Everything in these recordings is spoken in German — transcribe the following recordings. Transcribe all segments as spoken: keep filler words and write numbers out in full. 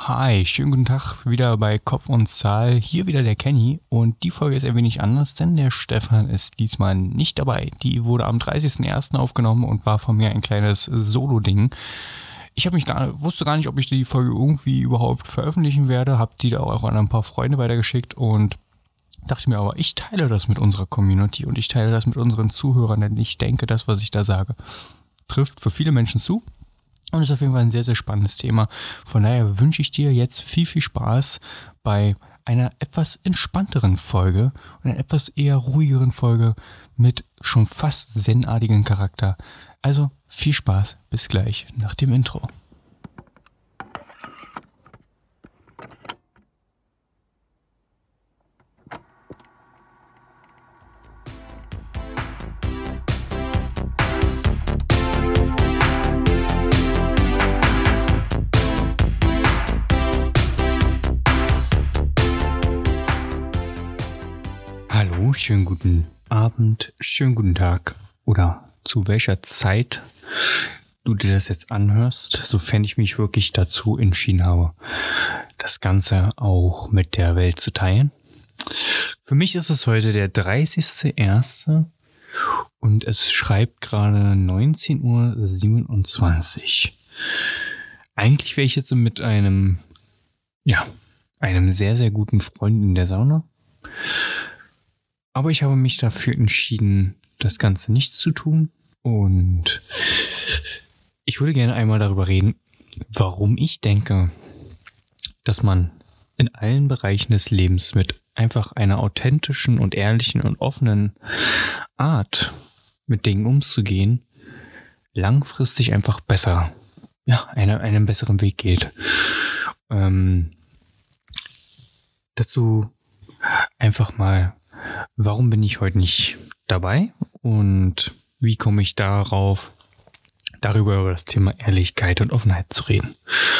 Hi, schönen guten Tag wieder bei Kopf und Zahl. Hier wieder der Kenny und die Folge ist ein wenig anders, denn der Stefan ist diesmal nicht dabei. Die wurde am dreißigsten ersten aufgenommen und war von mir ein kleines Solo-Ding. Ich habe mich gar, wusste gar nicht, ob ich die Folge irgendwie überhaupt veröffentlichen werde, habe die da auch an ein paar Freunde weitergeschickt und dachte mir aber, ich teile das mit unserer Community und ich teile das mit unseren Zuhörern, denn ich denke, das, was ich da sage, trifft für viele Menschen zu. Und ist auf jeden Fall ein sehr, sehr spannendes Thema. Von daher wünsche ich dir jetzt viel, viel Spaß bei einer etwas entspannteren Folge und einer etwas eher ruhigeren Folge mit schon fast zen-artigen Charakter. Also viel Spaß, bis gleich nach dem Intro. Hallo, schönen guten Abend, schönen guten Tag oder zu welcher Zeit du dir das jetzt anhörst, sofern ich mich wirklich dazu entschieden habe, das Ganze auch mit der Welt zu teilen. Für mich ist es heute der dreißigste erste und es schreibt gerade neunzehn Uhr siebenundzwanzig. Eigentlich wäre ich jetzt mit einem, ja, einem sehr, sehr guten Freund in der Sauna. Aber ich habe mich dafür entschieden, das Ganze nicht zu tun. Und ich würde gerne einmal darüber reden, warum ich denke, dass man in allen Bereichen des Lebens mit einfach einer authentischen und ehrlichen und offenen Art mit Dingen umzugehen, langfristig einfach besser, ja, eine, einen besseren Weg geht. Ähm, dazu einfach mal, warum bin ich heute nicht dabei und wie komme ich darauf, darüber über das Thema Ehrlichkeit und Offenheit zu reden.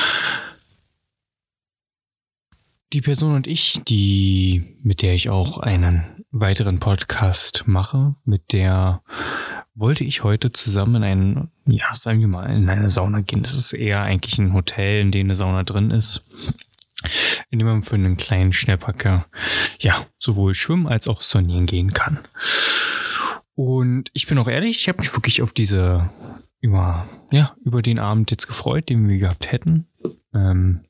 Die Person und ich, die, mit der ich auch einen weiteren Podcast mache, mit der wollte ich heute zusammen in einen, ja, sagen wir mal, in eine Sauna gehen. Das ist eher eigentlich ein Hotel, in dem eine Sauna drin ist, in dem man für einen kleinen Schnäpperker ja sowohl schwimmen als auch saunieren gehen kann. Und ich bin auch ehrlich, ich habe mich wirklich auf diese über ja über den Abend jetzt gefreut, den wir gehabt hätten. Ähm,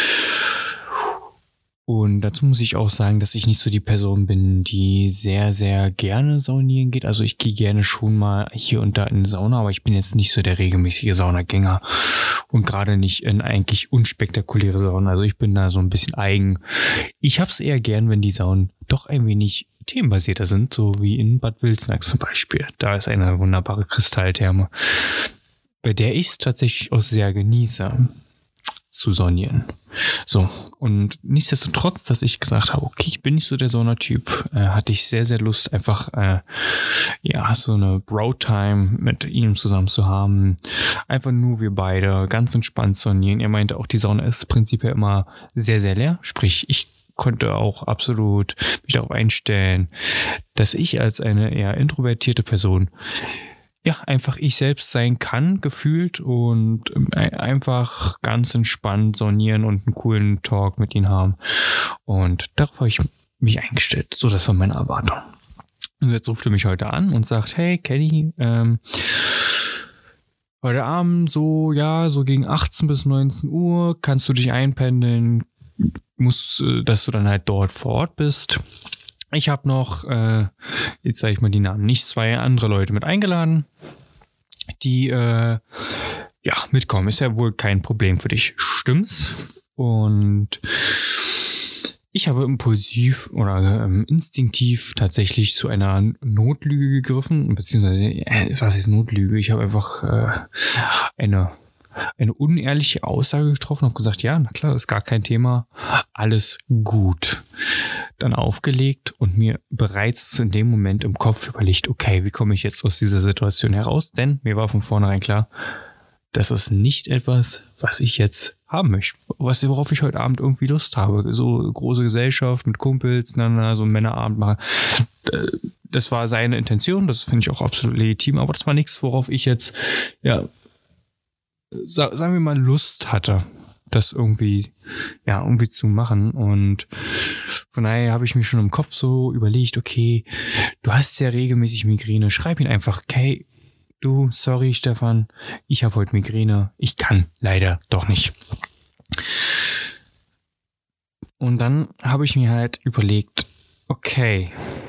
und dazu muss ich auch sagen, dass ich nicht so die Person bin, die sehr, sehr gerne saunieren geht. Also ich gehe gerne schon mal hier und da in die Sauna, aber ich bin jetzt nicht so der regelmäßige Saunagänger und gerade nicht in eigentlich unspektakuläre Saunen. Also ich bin da so ein bisschen eigen. Ich habe es eher gern, wenn die Saunen doch ein wenig themenbasierter sind, so wie in Bad Wilsnack zum Beispiel. Da ist eine wunderbare Kristalltherme, bei der ich es tatsächlich auch sehr genieße zu saunieren. So, und nichtsdestotrotz, dass ich gesagt habe, okay, ich bin nicht so der Saunatyp, äh, hatte ich sehr, sehr Lust, einfach äh, ja, so eine Bro-Time mit ihm zusammen zu haben. Einfach nur wir beide, ganz entspannt saunieren. Er meinte auch, die Sauna ist prinzipiell immer sehr, sehr leer. Sprich, ich konnte auch absolut mich darauf einstellen, dass ich als eine eher introvertierte Person ja, einfach ich selbst sein kann, gefühlt und einfach ganz entspannt saunieren und einen coolen Talk mit ihnen haben. Und darauf habe ich mich eingestellt. So, das war meine Erwartung. Und jetzt ruft er mich heute an und sagt, hey, Kenny, ähm, heute Abend so, ja, so gegen achtzehn bis neunzehn Uhr kannst du dich einpendeln, musst, dass du dann halt dort vor Ort bist. Ich habe noch, äh, jetzt sage ich mal die Namen nicht, zwei andere Leute mit eingeladen, die äh, ja mitkommen. Ist ja wohl kein Problem für dich. Stimmt's? Und ich habe impulsiv oder ähm, instinktiv tatsächlich zu einer Notlüge gegriffen, beziehungsweise, äh, was heißt Notlüge? Ich habe einfach äh, eine eine unehrliche Aussage getroffen und gesagt, ja, na klar, ist gar kein Thema, alles gut. Dann aufgelegt und mir bereits in dem Moment im Kopf überlegt, okay, wie komme ich jetzt aus dieser Situation heraus? Denn mir war von vornherein klar, das ist nicht etwas, was ich jetzt haben möchte, was, worauf ich heute Abend irgendwie Lust habe. So große Gesellschaft mit Kumpels, na, na, so einen Männerabend machen. Das war seine Intention, das finde ich auch absolut legitim, aber das war nichts, worauf ich jetzt, ja, sagen wir mal, Lust hatte. das irgendwie, ja, irgendwie zu machen. Und von daher habe ich mir schon im Kopf so überlegt, okay, du hast ja regelmäßig Migräne, schreib ihn einfach, okay, du, sorry Stefan, ich habe heute Migräne, ich kann leider doch nicht. Und dann habe ich mir halt überlegt, okay,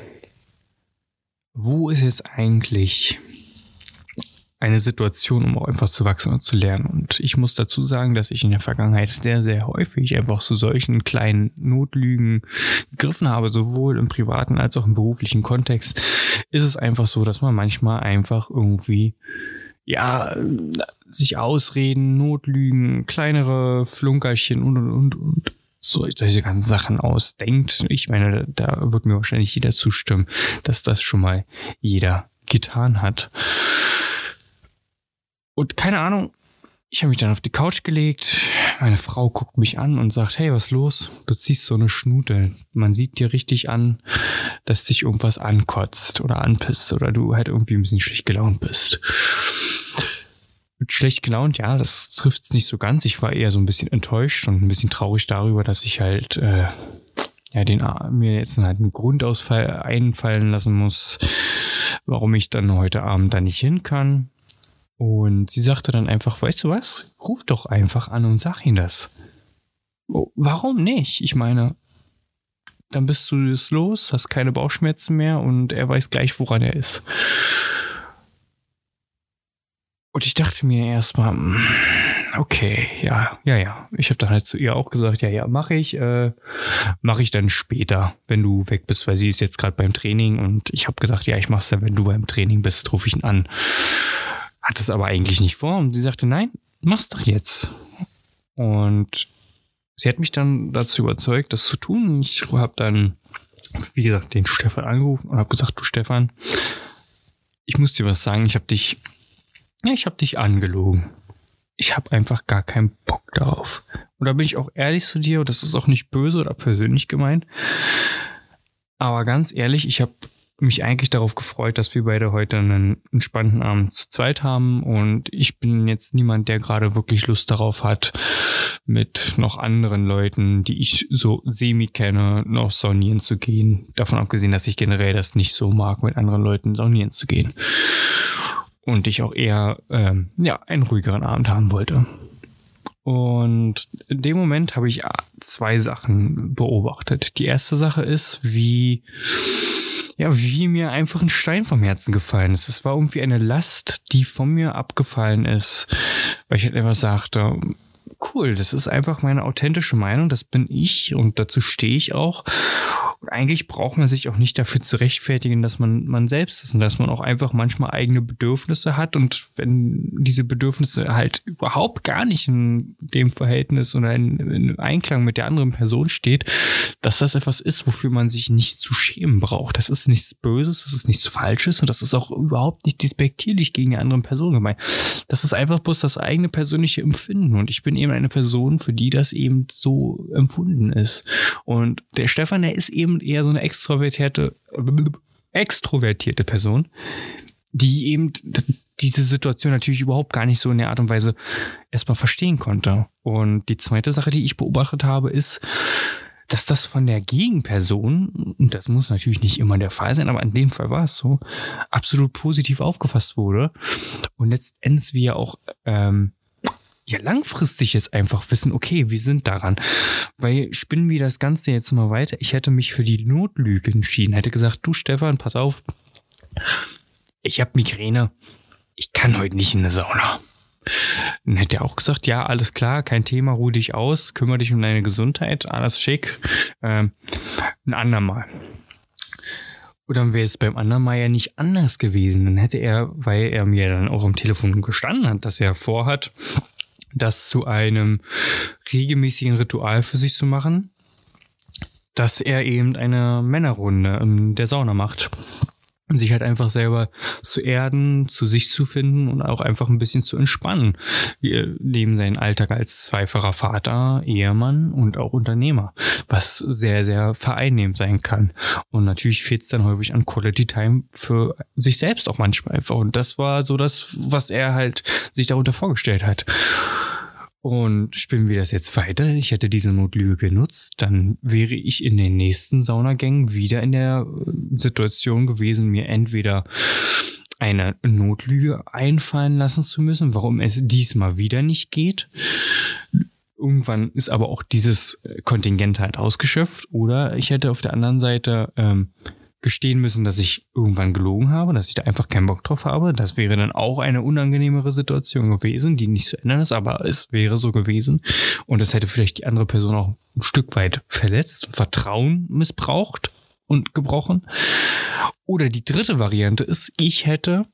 wo ist jetzt eigentlich eine Situation, um auch einfach zu wachsen und zu lernen? Und ich muss dazu sagen, dass ich in der Vergangenheit sehr, sehr häufig einfach zu solchen kleinen Notlügen gegriffen habe, sowohl im privaten als auch im beruflichen Kontext. Ist es einfach so, dass man manchmal einfach irgendwie, ja, sich Ausreden, Notlügen, kleinere Flunkerchen und, und, und, und so solche ganzen Sachen ausdenkt. Ich meine, da wird mir wahrscheinlich jeder zustimmen, dass das schon mal jeder getan hat. Und keine Ahnung, ich habe mich dann auf die Couch gelegt, meine Frau guckt mich an und sagt, hey, was ist los? Du ziehst so eine Schnute. Man sieht dir richtig an, dass dich irgendwas ankotzt oder anpisst oder du halt irgendwie ein bisschen schlecht gelaunt bist. Schlecht gelaunt, ja, das trifft es nicht so ganz. Ich war eher so ein bisschen enttäuscht und ein bisschen traurig darüber, dass ich halt äh, ja, den, mir jetzt halt einen Grundausfall einfallen lassen muss, warum ich dann heute Abend da nicht hin kann. Und sie sagte dann einfach, weißt du was, ruf doch einfach an und sag ihm das. Oh, warum nicht? Ich meine, dann bist du es los, hast keine Bauchschmerzen mehr und er weiß gleich, woran er ist. Und ich dachte mir erstmal, okay, ja, ja, ja. Ich habe dann halt zu ihr auch gesagt, ja, ja, mache ich, äh, mache ich dann später, wenn du weg bist, weil sie ist jetzt gerade beim Training und ich habe gesagt, ja, ich mach's dann, wenn du beim Training bist, rufe ich ihn an. Hat es aber eigentlich nicht vor und sie sagte, nein, mach's doch jetzt. Und sie hat mich dann dazu überzeugt, das zu tun. Ich habe dann, wie gesagt, den Stefan angerufen und habe gesagt, du Stefan, ich muss dir was sagen, ich habe dich, ja, ich habe dich angelogen. Ich habe einfach gar keinen Bock darauf. Und da bin ich auch ehrlich zu dir, und das ist auch nicht böse oder persönlich gemeint. Aber ganz ehrlich, ich habe mich eigentlich darauf gefreut, dass wir beide heute einen entspannten Abend zu zweit haben. Und ich bin jetzt niemand, der gerade wirklich Lust darauf hat, mit noch anderen Leuten, die ich so semi kenne, noch saunieren zu gehen. Davon abgesehen, dass ich generell das nicht so mag, mit anderen Leuten saunieren zu gehen. Und ich auch eher ähm, ja, einen ruhigeren Abend haben wollte. Und in dem Moment habe ich zwei Sachen beobachtet. Die erste Sache ist, wie, ja, wie mir einfach ein Stein vom Herzen gefallen ist. Es war irgendwie eine Last, die von mir abgefallen ist, weil ich halt einfach sagte, cool, das ist einfach meine authentische Meinung, das bin ich und dazu stehe ich auch. Und eigentlich braucht man sich auch nicht dafür zu rechtfertigen, dass man man selbst ist und dass man auch einfach manchmal eigene Bedürfnisse hat und wenn diese Bedürfnisse halt überhaupt gar nicht in dem Verhältnis oder in, in Einklang mit der anderen Person steht, dass das etwas ist, wofür man sich nicht zu schämen braucht. Das ist nichts Böses, das ist nichts Falsches und das ist auch überhaupt nicht despektierlich gegen die andere Person gemeint. Das ist einfach bloß das eigene persönliche Empfinden und ich bin eben eine Person, für die das eben so empfunden ist. Und der Stefan, der ist eben eher so eine extrovertierte, extrovertierte Person, die eben diese Situation natürlich überhaupt gar nicht so in der Art und Weise erstmal verstehen konnte. Und die zweite Sache, die ich beobachtet habe, ist, dass das von der Gegenperson, und das muss natürlich nicht immer der Fall sein, aber in dem Fall war es so, absolut positiv aufgefasst wurde. Und letztendlich wir auch ähm, ja langfristig jetzt einfach wissen, okay, wir sind daran. Weil spinnen wir das Ganze jetzt mal weiter. Ich hätte mich für die Notlüge entschieden. Hätte gesagt, du Stefan, pass auf, ich habe Migräne. Ich kann heute nicht in eine Sauna. Dann hätte er auch gesagt, ja, alles klar, kein Thema, ruh dich aus, kümmere dich um deine Gesundheit, alles schick. Ähm, ein andermal. Und dann wäre es beim anderen Mal ja nicht anders gewesen. Dann hätte er, weil er mir dann auch am Telefon gestanden hat, dass er vorhat, das zu einem regelmäßigen Ritual für sich zu machen, dass er eben eine Männerrunde in der Sauna macht. Um sich halt einfach selber zu erden, zu sich zu finden und auch einfach ein bisschen zu entspannen. Wir leben seinen Alltag als zweifacher Vater, Ehemann und auch Unternehmer, was sehr, sehr vereinnehmend sein kann. Und natürlich fehlt es dann häufig an Quality Time für sich selbst auch manchmal einfach. Und das war so das, was er halt sich darunter vorgestellt hat. Und spinnen wir das jetzt weiter, ich hätte diese Notlüge genutzt, dann wäre ich in den nächsten Saunagängen wieder in der Situation gewesen, mir entweder eine Notlüge einfallen lassen zu müssen, warum es diesmal wieder nicht geht. Irgendwann ist aber auch dieses Kontingent halt ausgeschöpft. Oder ich hätte auf der anderen Seite ähm, gestehen müssen, dass ich irgendwann gelogen habe, dass ich da einfach keinen Bock drauf habe. Das wäre dann auch eine unangenehmere Situation gewesen, die nicht zu ändern ist, aber es wäre so gewesen. Und das hätte vielleicht die andere Person auch ein Stück weit verletzt, Vertrauen missbraucht und gebrochen. Oder die dritte Variante ist, ich hätte,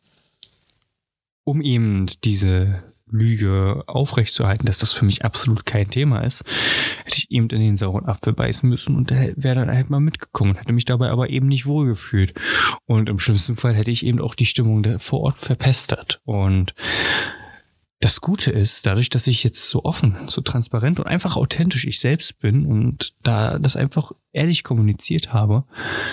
um eben diese Lüge aufrechtzuerhalten, dass das für mich absolut kein Thema ist, hätte ich eben in den sauren Apfel beißen müssen und der wäre dann halt mal mitgekommen und hätte mich dabei aber eben nicht wohlgefühlt. Und im schlimmsten Fall hätte ich eben auch die Stimmung vor Ort verpestert. Und das Gute ist, dadurch, dass ich jetzt so offen, so transparent und einfach authentisch ich selbst bin und da das einfach ehrlich kommuniziert habe,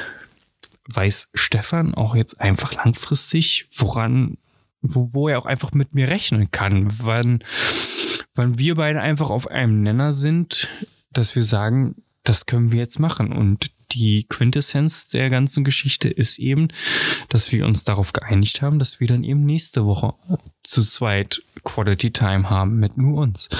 weiß Stefan auch jetzt einfach langfristig, woran Wo, wo er auch einfach mit mir rechnen kann, wann, wann wir beide einfach auf einem Nenner sind, dass wir sagen, das können wir jetzt machen. Und die Quintessenz der ganzen Geschichte ist eben, dass wir uns darauf geeinigt haben, dass wir dann eben nächste Woche zu zweit Quality Time haben mit nur uns.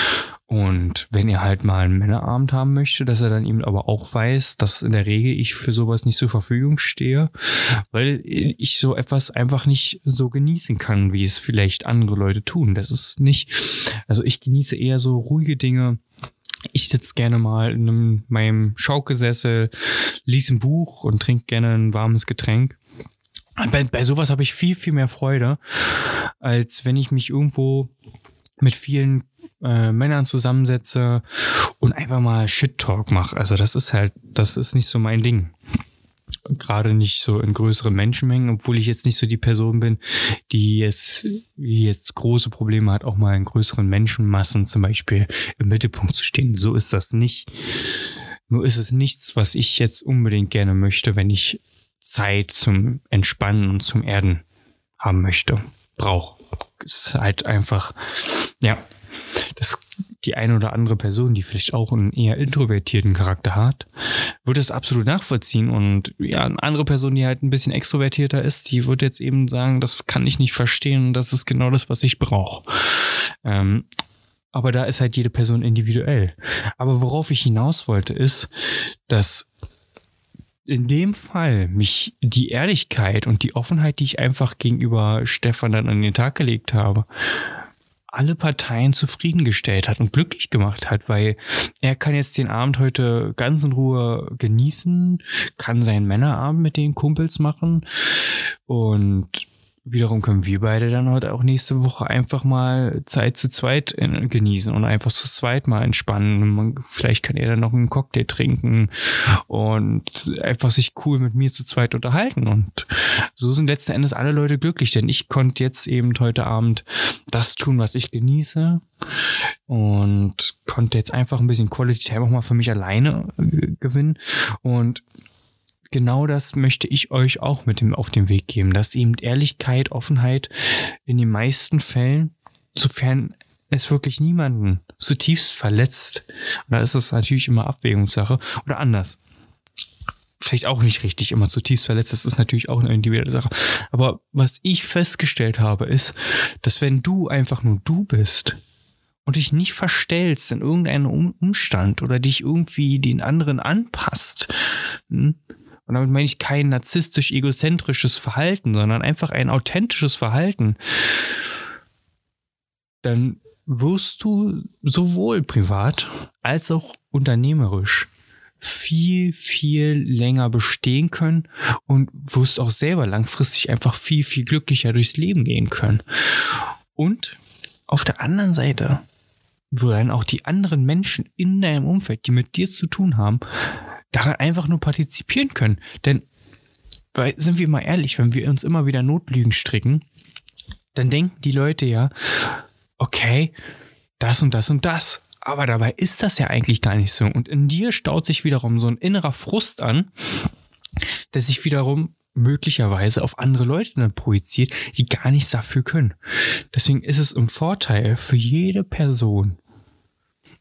Und wenn er halt mal einen Männerabend haben möchte, dass er dann eben aber auch weiß, dass in der Regel ich für sowas nicht zur Verfügung stehe, weil ich so etwas einfach nicht so genießen kann, wie es vielleicht andere Leute tun. Das ist nicht, also ich genieße eher so ruhige Dinge. Ich sitze gerne mal in einem, meinem Schaukelssessel, lese ein Buch und trinke gerne ein warmes Getränk. Bei, bei sowas habe ich viel, viel mehr Freude, als wenn ich mich irgendwo mit vielen Äh, Männern zusammensetze und einfach mal Shit-Talk mache. Also das ist halt, das ist nicht so mein Ding. Gerade nicht so in größeren Menschenmengen, obwohl ich jetzt nicht so die Person bin, die jetzt, die jetzt große Probleme hat, auch mal in größeren Menschenmassen zum Beispiel im Mittelpunkt zu stehen. So ist das nicht. Nur ist es nichts, was ich jetzt unbedingt gerne möchte, wenn ich Zeit zum Entspannen und zum Erden haben möchte. Brauche. Ist halt einfach, ja, das, die eine oder andere Person, die vielleicht auch einen eher introvertierten Charakter hat, wird es absolut nachvollziehen. Und ja, eine andere Person, die halt ein bisschen extrovertierter ist, die wird jetzt eben sagen, das kann ich nicht verstehen und das ist genau das, was ich brauche. Ähm, aber da ist halt jede Person individuell. Aber worauf ich hinaus wollte, ist, dass in dem Fall mich die Ehrlichkeit und die Offenheit, die ich einfach gegenüber Stefan dann an den Tag gelegt habe, alle Parteien zufriedengestellt hat und glücklich gemacht hat, weil er kann jetzt den Abend heute ganz in Ruhe genießen, kann seinen Männerabend mit den Kumpels machen und wiederum können wir beide dann heute auch nächste Woche einfach mal Zeit zu zweit genießen und einfach zu zweit mal entspannen. Vielleicht kann er dann noch einen Cocktail trinken und einfach sich cool mit mir zu zweit unterhalten. Und so sind letzten Endes alle Leute glücklich, denn ich konnte jetzt eben heute Abend das tun, was ich genieße und konnte jetzt einfach ein bisschen Quality Time auch mal für mich alleine gewinnen. Und genau das möchte ich euch auch mit dem auf den Weg geben, dass eben Ehrlichkeit, Offenheit in den meisten Fällen, sofern es wirklich niemanden zutiefst verletzt, und da ist es natürlich immer Abwägungssache, oder anders. Vielleicht auch nicht richtig immer zutiefst verletzt, das ist natürlich auch eine individuelle Sache. Aber was ich festgestellt habe, ist, dass wenn du einfach nur du bist und dich nicht verstellst in irgendeinem Umstand oder dich irgendwie den anderen anpasst, hm, und damit meine ich kein narzisstisch-egozentrisches Verhalten, sondern einfach ein authentisches Verhalten, dann wirst du sowohl privat als auch unternehmerisch viel, viel länger bestehen können und wirst auch selber langfristig einfach viel, viel glücklicher durchs Leben gehen können. Und auf der anderen Seite würden auch die anderen Menschen in deinem Umfeld, die mit dir zu tun haben, daran einfach nur partizipieren können. Denn, weil, sind wir mal ehrlich, wenn wir uns immer wieder Notlügen stricken, dann denken die Leute ja, okay, das und das und das. Aber dabei ist das ja eigentlich gar nicht so. Und in dir staut sich wiederum so ein innerer Frust an, der sich wiederum möglicherweise auf andere Leute dann projiziert, die gar nichts dafür können. Deswegen ist es ein Vorteil für jede Person,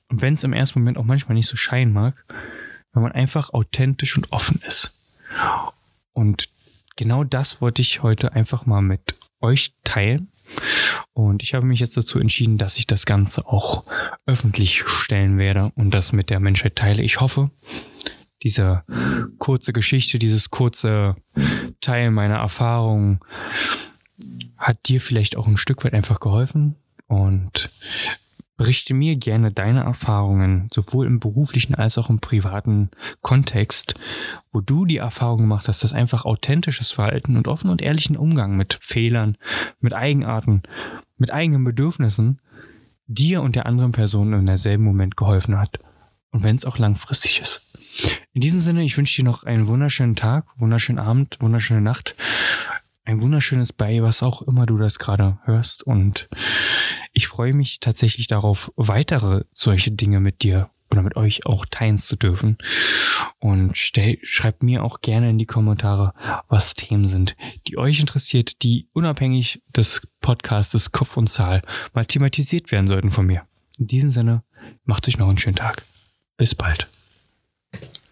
Und wenn es im ersten Moment auch manchmal nicht so scheinen mag, wenn man einfach authentisch und offen ist. Und genau das wollte ich heute einfach mal mit euch teilen. Und ich habe mich jetzt dazu entschieden, dass ich das Ganze auch öffentlich stellen werde und das mit der Menschheit teile. Ich hoffe, diese kurze Geschichte, dieses kurze Teil meiner Erfahrungen hat dir vielleicht auch ein Stück weit einfach geholfen. Und berichte mir gerne deine Erfahrungen, sowohl im beruflichen als auch im privaten Kontext, wo du die Erfahrung gemacht hast, dass einfach authentisches Verhalten und offen und ehrlichen Umgang mit Fehlern, mit Eigenarten, mit eigenen Bedürfnissen dir und der anderen Person in derselben Moment geholfen hat. Und wenn es auch langfristig ist. In diesem Sinne, ich wünsche dir noch einen wunderschönen Tag, wunderschönen Abend, wunderschöne Nacht. Ein wunderschönes Bei, was auch immer du das gerade hörst. Und ich freue mich tatsächlich darauf, weitere solche Dinge mit dir oder mit euch auch teilen zu dürfen. Und stell, schreibt mir auch gerne in die Kommentare, was Themen sind, die euch interessiert, die unabhängig des Podcastes Kopf und Zahl mal thematisiert werden sollten von mir. In diesem Sinne, macht euch noch einen schönen Tag. Bis bald.